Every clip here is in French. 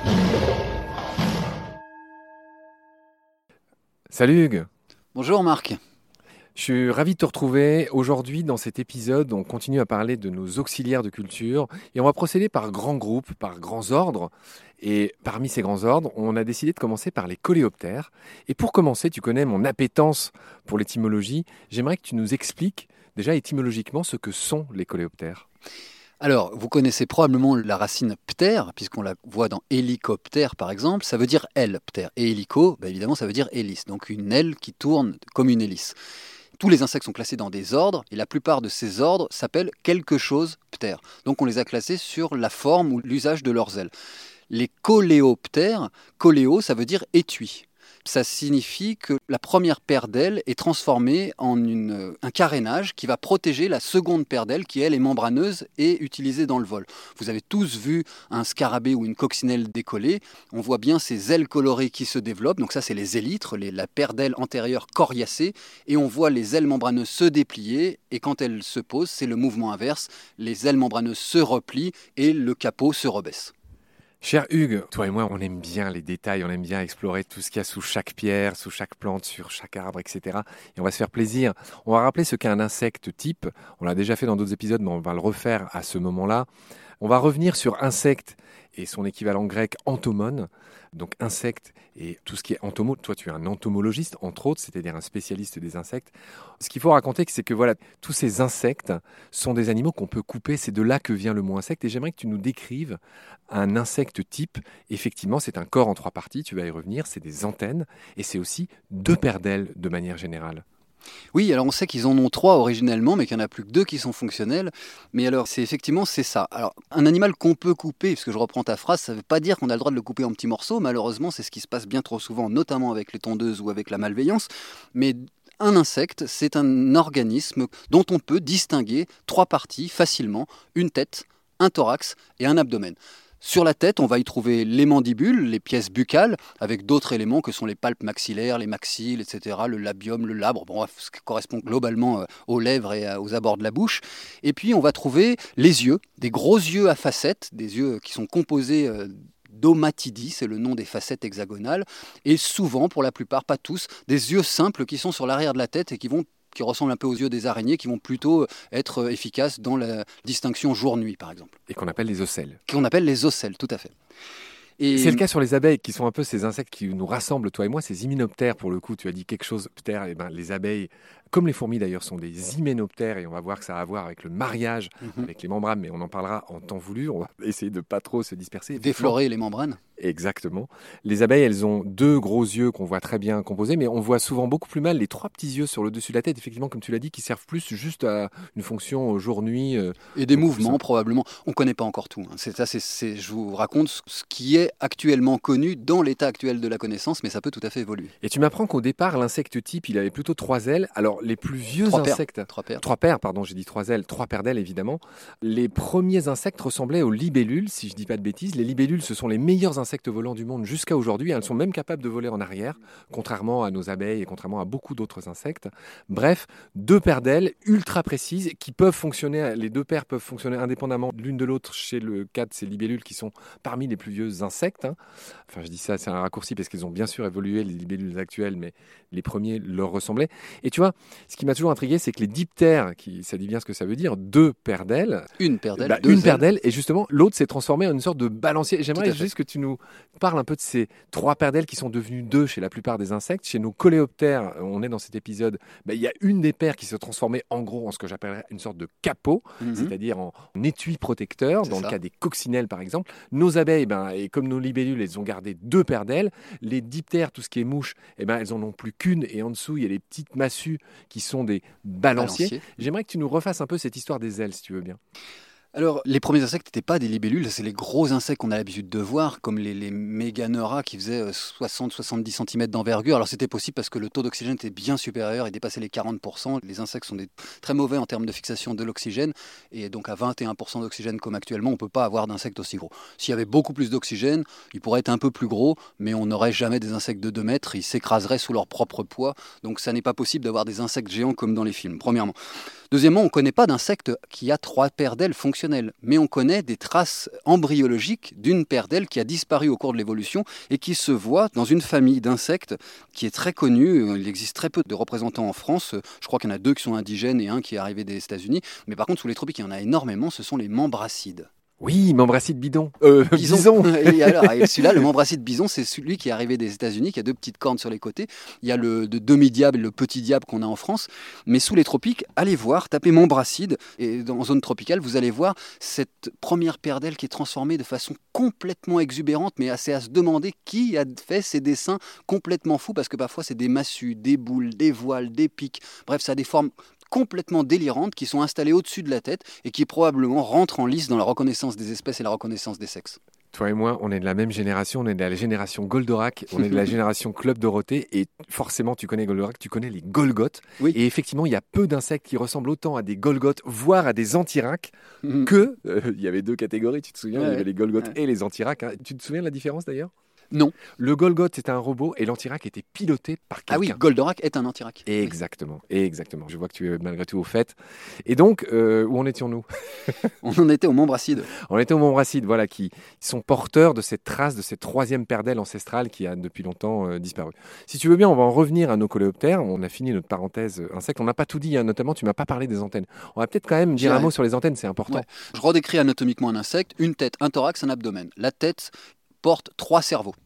Salut Hugues, Bonjour Marc. je suis ravi de te retrouver. Aujourd'hui, dans cet épisode, on continue à parler de nos auxiliaires de culture et on va procéder par grands groupes, par grands ordres. Et parmi ces grands ordres, on a décidé de commencer par les coléoptères. Et pour commencer, tu connais mon appétence pour l'étymologie. J'aimerais que tu nous expliques déjà étymologiquement ce que sont les coléoptères. Alors, vous connaissez probablement la racine ptère, puisqu'on la voit dans hélicoptère par exemple, ça veut dire aile, ptère. Et hélico, évidemment, ça veut dire hélice, donc une aile qui tourne comme une hélice. Tous les insectes sont classés dans des ordres, et la plupart de ces ordres s'appellent quelque chose ptère. Donc on les a classés sur la forme ou l'usage de leurs ailes. Les coléoptères, coléo, ça veut dire étui. Ça signifie que la première paire d'ailes est transformée en un carénage qui va protéger la seconde paire d'ailes qui, elle, est membraneuse et utilisée dans le vol. Vous avez tous vu un scarabée ou une coccinelle décollée. On voit bien ces ailes colorées qui se développent. Donc ça, c'est les élytres, la paire d'ailes antérieure coriacée. Et on voit les ailes membraneuses se déplier. Et quand elles se posent, c'est le mouvement inverse. Les ailes membraneuses se replient et le capot se rebaisse. Cher Hugues, toi et moi, on aime bien les détails, on aime bien explorer tout ce qu'il y a sous chaque pierre, sous chaque plante, sur chaque arbre, etc. Et on va se faire plaisir. On va rappeler ce qu'est un insecte type. On l'a déjà fait dans d'autres épisodes, mais on va le refaire à ce moment-là. On va revenir sur insecte et son équivalent grec entomone. Donc insecte et tout ce qui est entomo. Toi, tu es un entomologiste, entre autres, c'est-à-dire un spécialiste des insectes. Ce qu'il faut raconter, c'est que voilà, tous ces insectes sont des animaux qu'on peut couper. C'est de là que vient le mot insecte. Et j'aimerais que tu nous décrives un insecte type. Effectivement, c'est un corps en 3 parties, tu vas y revenir. C'est des antennes et c'est aussi 2 paires d'ailes de manière générale. Oui, alors on sait qu'ils en ont 3 originellement, mais qu'il n'y en a plus que 2 qui sont fonctionnels. Mais alors, c'est ça. Alors, un animal qu'on peut couper, puisque je reprends ta phrase, ça ne veut pas dire qu'on a le droit de le couper en petits morceaux. Malheureusement, c'est ce qui se passe bien trop souvent, notamment avec les tondeuses ou avec la malveillance. Mais un insecte, c'est un organisme dont on peut distinguer 3 parties facilement, une tête, un thorax et un abdomen. Sur la tête, on va y trouver les mandibules, les pièces buccales, avec d'autres éléments que sont les palpes maxillaires, les maxilles, etc., le labium, le labre, bon, ce qui correspond globalement aux lèvres et aux abords de la bouche. Et puis, on va trouver les yeux, des gros yeux à facettes, des yeux qui sont composés d'omatidie, c'est le nom des facettes hexagonales, et souvent, pour la plupart, pas tous, des yeux simples qui sont sur l'arrière de la tête et qui ressemblent un peu aux yeux des araignées, qui vont plutôt être efficaces dans la distinction jour-nuit, par exemple. Et qu'on appelle les ocelles. Qu'on appelle les ocelles, tout à fait. Et C'est le cas sur les abeilles, qui sont un peu ces insectes qui nous rassemblent, toi et moi, ces hyménoptères, pour le coup, tu as dit quelque chose, ptère, et ben, les abeilles, comme les fourmis d'ailleurs, sont des hyménoptères, et on va voir que ça a à voir avec le mariage, avec les membranes, mais on en parlera en temps voulu, on va essayer de pas trop se disperser. déflorer les membranes. Exactement. Les abeilles, elles ont 2 gros yeux qu'on voit très bien composés, mais on voit souvent beaucoup plus mal les 3 petits yeux sur le dessus de la tête, effectivement, comme tu l'as dit, qui servent plus juste à une fonction jour-nuit. Et des mouvements, probablement. On ne connaît pas encore tout. Je vous raconte ce qui est actuellement connu dans l'état actuel de la connaissance, mais ça peut tout à fait évoluer. Et tu m'apprends qu'au départ, l'insecte type, il avait plutôt 3 ailes. Alors, les plus vieux 3 paires. insectes... 3 paires. 3 paires, pardon, j'ai dit 3 ailes, 3 paires d'ailes, évidemment. Les premiers insectes ressemblaient aux libellules, si je dis pas de bêtises. Les libellules, ce sont les meilleurs insectes volants du monde jusqu'à aujourd'hui. Elles sont même capables de voler en arrière, contrairement à nos abeilles et contrairement à beaucoup d'autres insectes. Bref, 2 paires d'ailes ultra précises qui peuvent fonctionner, les 2 paires peuvent fonctionner indépendamment l'une de l'autre chez le cas de ces libellules qui sont parmi les plus vieux insectes. Enfin, je dis ça, c'est un raccourci parce qu'ils ont bien sûr évolué, les libellules actuelles, mais les premiers leur ressemblaient. Et tu vois, ce qui m'a toujours intrigué, c'est que les diptères, ça dit bien ce que ça veut dire, 2 paires d'ailes. Une paire d'ailes. Une paire d'ailes, et justement, l'autre s'est transformé en une sorte de balancier. J'aimerais juste que tu nous parles un peu de ces 3 paires d'ailes qui sont devenues 2 chez la plupart des insectes. Chez nos coléoptères, on est dans cet épisode, il y a une des paires qui se transformait en gros en ce que j'appellerais une sorte de capot, c'est-à-dire en étui protecteur, dans le cas des coccinelles par exemple. Nos abeilles, et comme nos libellules, elles ont gardé 2 paires d'ailes. Les diptères, tout ce qui est mouche, elles en ont plus qu'une, et en dessous, il y a les petites massues qui sont des balanciers. J'aimerais que tu nous refasses un peu cette histoire des ailes, si tu veux bien. Alors, les premiers insectes n'étaient pas des libellules, c'est les gros insectes qu'on a l'habitude de voir, comme les méganeura qui faisaient 60-70 cm d'envergure. Alors, c'était possible parce que le taux d'oxygène était bien supérieur, il dépassait les 40%. Les insectes sont très mauvais en termes de fixation de l'oxygène, et donc à 21% d'oxygène comme actuellement, on ne peut pas avoir d'insectes aussi gros. S'il y avait beaucoup plus d'oxygène, ils pourraient être un peu plus gros, mais on n'aurait jamais des insectes de 2 mètres, ils s'écraseraient sous leur propre poids. Donc, ça n'est pas possible d'avoir des insectes géants comme dans les films, premièrement. Deuxièmement, on ne connaît pas d'insecte qui a 3 paires d'ailes fonctionnelles. fonctionnelle, mais on connaît des traces embryologiques d'une paire d'ailes qui a disparu au cours de l'évolution et qui se voit dans une famille d'insectes qui est très connue. Il existe très peu de représentants en France. Je crois qu'il y en a 2 qui sont indigènes et un qui est arrivé des États-Unis. Mais par contre, sous les tropiques, il y en a énormément. Ce sont les membracides. Oui, membracide bidon. Bison. Et alors, celui-là, le membracide bison, c'est celui qui est arrivé des États-Unis, qui a 2 petites cornes sur les côtés. Il y a le demi-diable et le petit diable qu'on a en France. Mais sous les tropiques, allez voir, tapez membracide. Et en zone tropicale, vous allez voir cette première paire d'ailes qui est transformée de façon complètement exubérante, mais assez à se demander qui a fait ces dessins complètement fous, parce que parfois, c'est des massues, des boules, des voiles, des pics. Bref, ça a des formes complètement délirantes qui sont installées au-dessus de la tête et qui probablement rentrent en lice dans la reconnaissance des espèces et la reconnaissance des sexes. Toi et moi, on est de la même génération, on est de la génération Goldorak, on est de la génération Club Dorothée, et forcément, tu connais Goldorak, tu connais les Golgoths. Oui. Et effectivement, il y a peu d'insectes qui ressemblent autant à des Golgoths, voire à des Antiraques, que... il y avait 2 catégories, tu te souviens, il y avait les Golgoths et les Antiraques. Hein. Tu te souviens de la différence d'ailleurs ? Non. Le Golgoth, c'était un robot, et l'Antiraque était piloté par quelqu'un. Ah oui, Goldorak est un Antiraque. Exactement, exactement. Je vois que tu es malgré tout au fait. Et donc, où en étions-nous ? On en était au membracide. On était au membracide, voilà, qui sont porteurs de cette trace, de cette 3e paire d'ailes ancestrale qui a depuis longtemps disparu. Si tu veux bien, on va en revenir à nos coléoptères. On a fini notre parenthèse insectes. On n'a pas tout dit, hein, notamment, tu m'as pas parlé des antennes. On va peut-être quand même dire un mot sur les antennes, c'est important. Ouais. Je redécris anatomiquement un insecte, une tête, un thorax, un abdomen. La tête porte 3 cerveaux.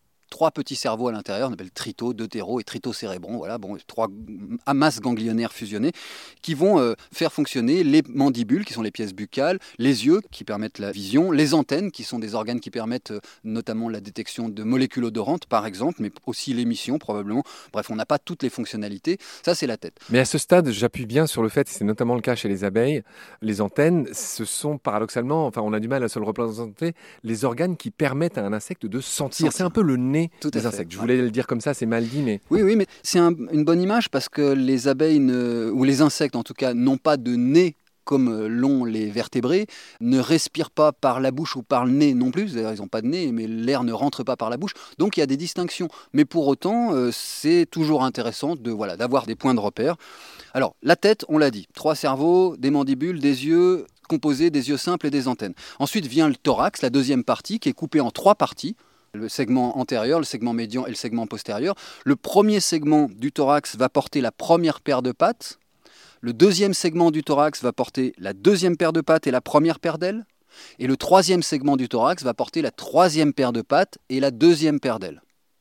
3 petits cerveaux à l'intérieur, on appelle trito, deutéro et tritocérébrons, voilà, 3 amasses ganglionnaires fusionnées qui vont faire fonctionner les mandibules, qui sont les pièces buccales, les yeux qui permettent la vision, les antennes qui sont des organes qui permettent notamment la détection de molécules odorantes par exemple, mais aussi l'émission probablement. Bref, on n'a pas toutes les fonctionnalités, ça c'est la tête. Mais à ce stade, j'appuie bien sur le fait, c'est notamment le cas chez les abeilles, les antennes, ce sont paradoxalement, enfin on a du mal à se le représenter, les organes qui permettent à un insecte de sentir. C'est un peu le nez des insectes. Je voulais le dire comme ça, c'est mal dit, mais... Oui, mais c'est une bonne image parce que les abeilles, ou les insectes en tout cas, n'ont pas de nez comme l'ont les vertébrés, ne respirent pas par la bouche ou par le nez non plus, ils n'ont pas de nez, mais l'air ne rentre pas par la bouche, donc il y a des distinctions. Mais pour autant, c'est toujours intéressant d'avoir des points de repère. Alors, la tête, on l'a dit, 3 cerveaux, des mandibules, des yeux composés, des yeux simples et des antennes. Ensuite vient le thorax, la 2e partie, qui est coupée en 3 parties. Le segment antérieur, le segment médian et le segment postérieur. Le premier segment du thorax va porter la première paire de pattes. Le 2e segment du thorax va porter la 2e paire de pattes et la première paire d'ailes. Et le 3e segment du thorax va porter la 3e paire de pattes et la 2e paire d'ailes.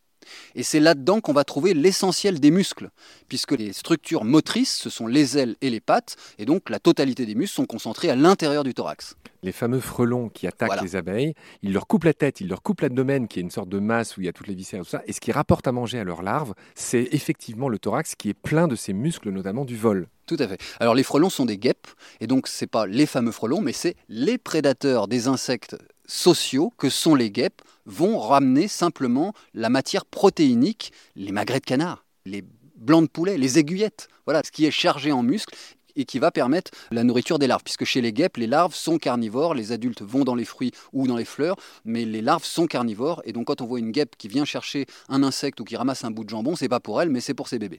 Et c'est là-dedans qu'on va trouver l'essentiel des muscles, puisque les structures motrices, ce sont les ailes et les pattes, et donc la totalité des muscles sont concentrés à l'intérieur du thorax. Les fameux frelons qui attaquent les abeilles, ils leur coupent la tête, ils leur coupent l'abdomen, qui est une sorte de masse où il y a toutes les viscères et tout ça, et ce qui rapporte à manger à leurs larves, c'est effectivement le thorax qui est plein de ces muscles, notamment du vol. Tout à fait. Alors les frelons sont des guêpes, et donc ce n'est pas les fameux frelons, mais c'est les prédateurs des insectes sociaux que sont les guêpes, vont ramener simplement la matière protéinique, les magrets de canard, les blancs de poulet, les aiguillettes, voilà, ce qui est chargé en muscles et qui va permettre la nourriture des larves, puisque chez les guêpes, les larves sont carnivores, les adultes vont dans les fruits ou dans les fleurs, mais les larves sont carnivores, et donc quand on voit une guêpe qui vient chercher un insecte ou qui ramasse un bout de jambon, c'est pas pour elle, mais c'est pour ses bébés.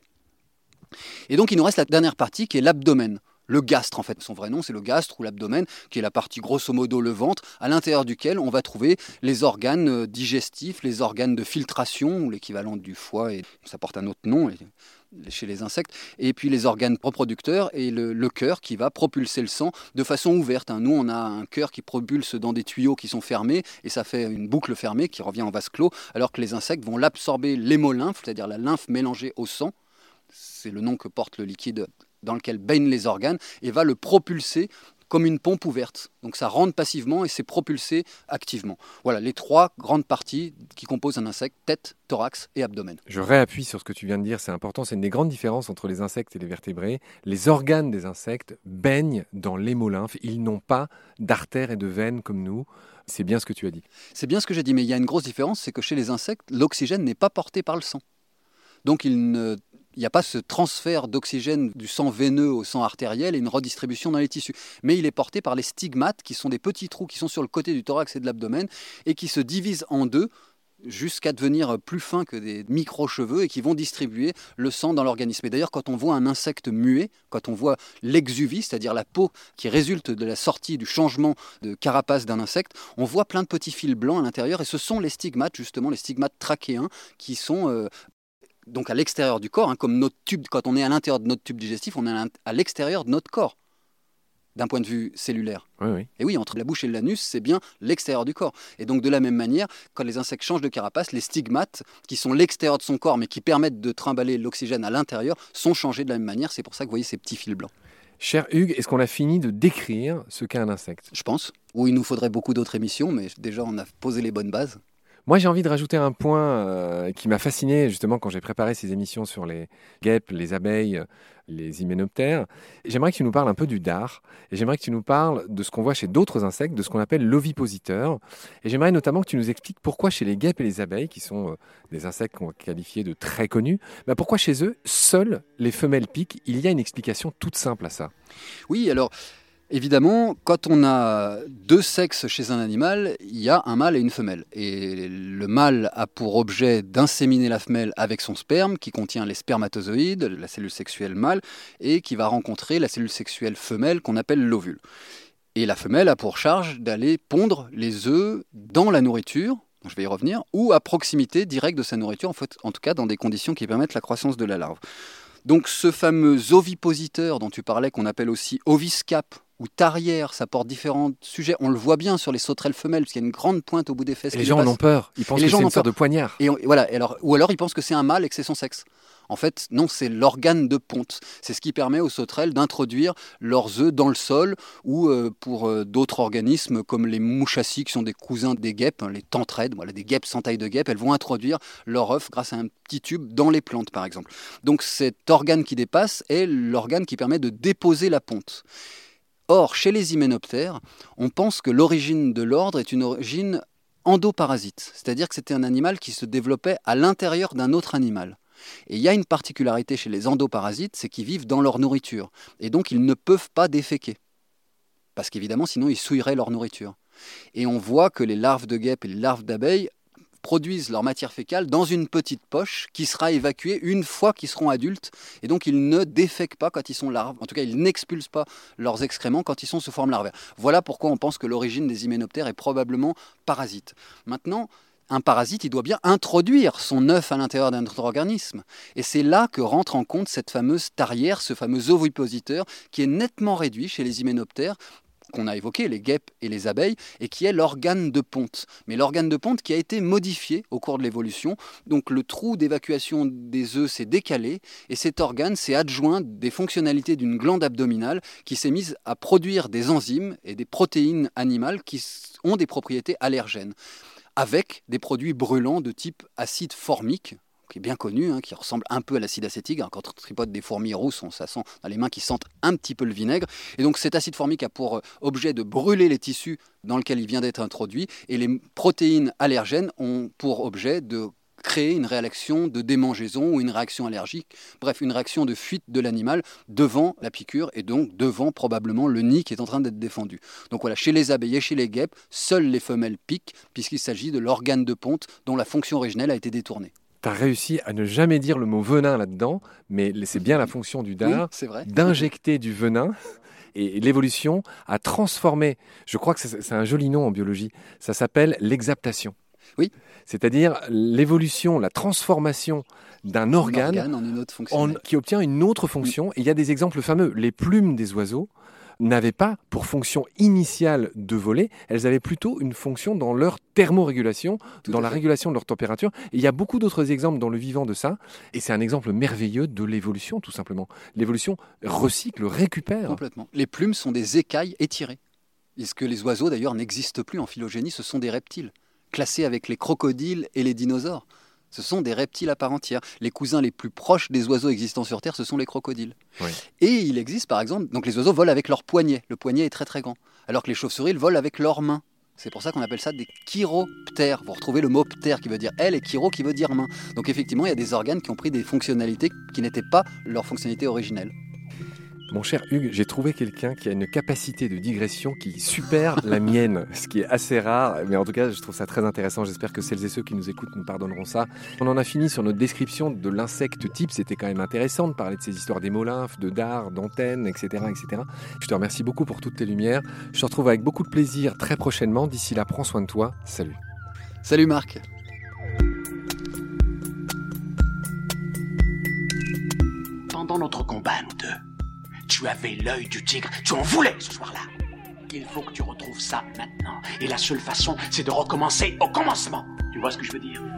Et donc il nous reste la dernière partie qui est l'abdomen. Le gastre, en fait, son vrai nom, c'est le gastre ou l'abdomen, qui est la partie grosso modo le ventre, à l'intérieur duquel on va trouver les organes digestifs, les organes de filtration, ou l'équivalent du foie, et ça porte un autre nom chez les insectes, et puis les organes reproducteurs et le cœur qui va propulser le sang de façon ouverte. Nous, on a un cœur qui propulse dans des tuyaux qui sont fermés, et ça fait une boucle fermée qui revient en vase clos, alors que les insectes vont l'absorber l'hémolymphe, c'est-à-dire la lymphe mélangée au sang, c'est le nom que porte le liquide dans lequel baignent les organes, et va le propulser comme une pompe ouverte. Donc ça rentre passivement et c'est propulsé activement. Voilà les 3 grandes parties qui composent un insecte, tête, thorax et abdomen. Je réappuie sur ce que tu viens de dire, c'est important, c'est une des grandes différences entre les insectes et les vertébrés. Les organes des insectes baignent dans l'hémolymphe, ils n'ont pas d'artères et de veines comme nous. C'est bien ce que tu as dit. C'est bien ce que j'ai dit, mais il y a une grosse différence, c'est que chez les insectes, l'oxygène n'est pas porté par le sang. Donc il n'y a pas ce transfert d'oxygène du sang veineux au sang artériel et une redistribution dans les tissus. Mais il est porté par les stigmates, qui sont des petits trous qui sont sur le côté du thorax et de l'abdomen et qui se divisent en 2 jusqu'à devenir plus fins que des micro-cheveux et qui vont distribuer le sang dans l'organisme. Et d'ailleurs, quand on voit un insecte muet, quand on voit l'exuvie, c'est-à-dire la peau qui résulte de la sortie du changement de carapace d'un insecte, on voit plein de petits fils blancs à l'intérieur et ce sont les stigmates, justement les stigmates trachéens qui sont donc à l'extérieur du corps, comme notre tube. Quand on est à l'intérieur de notre tube digestif, on est à l'extérieur de notre corps, d'un point de vue cellulaire. Oui. Et oui, entre la bouche et l'anus, c'est bien l'extérieur du corps. Et donc de la même manière, quand les insectes changent de carapace, les stigmates, qui sont l'extérieur de son corps, mais qui permettent de trimballer l'oxygène à l'intérieur, sont changés de la même manière. C'est pour ça que vous voyez ces petits fils blancs. Cher Hugues, est-ce qu'on a fini de décrire ce qu'est un insecte ? Je pense. Ou il nous faudrait beaucoup d'autres émissions, mais déjà on a posé les bonnes bases. Moi, j'ai envie de rajouter un point qui m'a fasciné justement quand j'ai préparé ces émissions sur les guêpes, les abeilles, les hyménoptères. J'aimerais que tu nous parles un peu du dard et j'aimerais que tu nous parles de ce qu'on voit chez d'autres insectes, de ce qu'on appelle l'ovipositeur. Et j'aimerais notamment que tu nous expliques pourquoi chez les guêpes et les abeilles, qui sont des insectes qu'on va qualifier de très connus, pourquoi chez eux, seules les femelles piquent. Il y a une explication toute simple à ça. Oui, alors... Évidemment, quand on a deux sexes chez un animal, il y a un mâle et une femelle. Et le mâle a pour objet d'inséminer la femelle avec son sperme, qui contient les spermatozoïdes, la cellule sexuelle mâle, et qui va rencontrer la cellule sexuelle femelle qu'on appelle l'ovule. Et la femelle a pour charge d'aller pondre les œufs dans la nourriture, je vais y revenir, ou à proximité directe de sa nourriture, en tout cas dans des conditions qui permettent la croissance de la larve. Donc ce fameux ovipositeur dont tu parlais, qu'on appelle aussi oviscape, ou tarière, ça porte différents sujets. On le voit bien sur les sauterelles femelles, parce qu'il y a une grande pointe au bout des fesses. Et les gens en ont peur. Ils pensent que c'est une sorte de poignard. Ou alors ils pensent que c'est un mâle et que c'est son sexe. En fait, non, c'est l'organe de ponte. C'est ce qui permet aux sauterelles d'introduire leurs œufs dans le sol ou pour d'autres organismes comme les mouchassis qui sont des cousins des guêpes, les tentraides, des guêpes sans taille de guêpe, elles vont introduire leur œuf grâce à un petit tube dans les plantes par exemple. Donc cet organe qui dépasse est l'organe qui permet de déposer la ponte. Or, chez les hyménoptères, on pense que l'origine de l'ordre est une origine endoparasite, c'est-à-dire que c'était un animal qui se développait à l'intérieur d'un autre animal. Et il y a une particularité chez les endoparasites, c'est qu'ils vivent dans leur nourriture, et donc ils ne peuvent pas déféquer, parce qu'évidemment sinon ils souilleraient leur nourriture. Et on voit que les larves de guêpes et les larves d'abeilles produisent leur matière fécale dans une petite poche qui sera évacuée une fois qu'ils seront adultes. Et donc, ils ne défèquent pas quand ils sont larves. En tout cas, ils n'expulsent pas leurs excréments quand ils sont sous forme larvaire. Voilà pourquoi on pense que l'origine des hyménoptères est probablement parasite. Maintenant, un parasite, il doit bien introduire son œuf à l'intérieur d'un autre organisme. Et c'est là que rentre en compte cette fameuse tarière, ce fameux ovipositeur, qui est nettement réduit chez les hyménoptères, qu'on a évoqué, les guêpes et les abeilles, et qui est l'organe de ponte. Mais l'organe de ponte qui a été modifié au cours de l'évolution. Donc le trou d'évacuation des œufs s'est décalé, et cet organe s'est adjoint des fonctionnalités d'une glande abdominale qui s'est mise à produire des enzymes et des protéines animales qui ont des propriétés allergènes, avec des produits brûlants de type acide formique, qui est bien connu, qui ressemble un peu à l'acide acétique. Quand on tripote des fourmis rousses, ça sent dans les mains qui sentent un petit peu le vinaigre. Et donc cet acide formique a pour objet de brûler les tissus dans lesquels il vient d'être introduit. Et les protéines allergènes ont pour objet de créer une réaction de démangeaison ou une réaction allergique, bref, une réaction de fuite de l'animal devant la piqûre et donc devant probablement le nid qui est en train d'être défendu. Donc voilà, chez les abeilles et chez les guêpes, seules les femelles piquent puisqu'il s'agit de l'organe de ponte dont la fonction originelle a été détournée. Tu as réussi à ne jamais dire le mot venin là-dedans, mais c'est bien la fonction du dard, d'injecter du venin. Et l'évolution a transformé, je crois que c'est un joli nom en biologie, ça s'appelle l'exaptation. Oui. C'est-à-dire l'évolution, la transformation d'un organe en une autre fonction, qui obtient une autre fonction. Et il y a des exemples fameux. Les plumes des oiseaux n'avaient pas pour fonction initiale de voler, elles avaient plutôt une fonction dans leur thermorégulation, dans la régulation de leur température. Et il y a beaucoup d'autres exemples dans le vivant de ça. Et c'est un exemple merveilleux de l'évolution, tout simplement. L'évolution recycle, récupère. Complètement. Les plumes sont des écailles étirées. Est-ce que les oiseaux, d'ailleurs, n'existent plus en phylogénie? Ce sont des reptiles, classés avec les crocodiles et les dinosaures. Ce sont des reptiles à part entière. Les cousins les plus proches des oiseaux existants sur Terre, ce sont les crocodiles. Oui. Et il existe, par exemple, donc les oiseaux volent avec leur poignet. Le poignet est très très grand. Alors que les chauves-souris, ils volent avec leurs mains. C'est pour ça qu'on appelle ça des chiroptères. Vous retrouvez le mot ptère qui veut dire aile et chiro qui veut dire main. Donc effectivement, il y a des organes qui ont pris des fonctionnalités qui n'étaient pas leur fonctionnalité originelle. Mon cher Hugues, j'ai trouvé quelqu'un qui a une capacité de digression qui supère la mienne, ce qui est assez rare, mais en tout cas, je trouve ça très intéressant. J'espère que celles et ceux qui nous écoutent nous pardonneront ça. On en a fini sur notre description de l'insecte type. C'était quand même intéressant de parler de ces histoires d'émolymphes, de dards, d'antennes, etc., etc. Je te remercie beaucoup pour toutes tes lumières. Je te retrouve avec beaucoup de plaisir très prochainement. D'ici là, prends soin de toi. Salut. Salut Marc. Pendant notre combat, nous deux, tu avais l'œil du tigre, tu en voulais ce soir-là. Il faut que tu retrouves ça maintenant. Et la seule façon, c'est de recommencer au commencement. Tu vois ce que je veux dire ?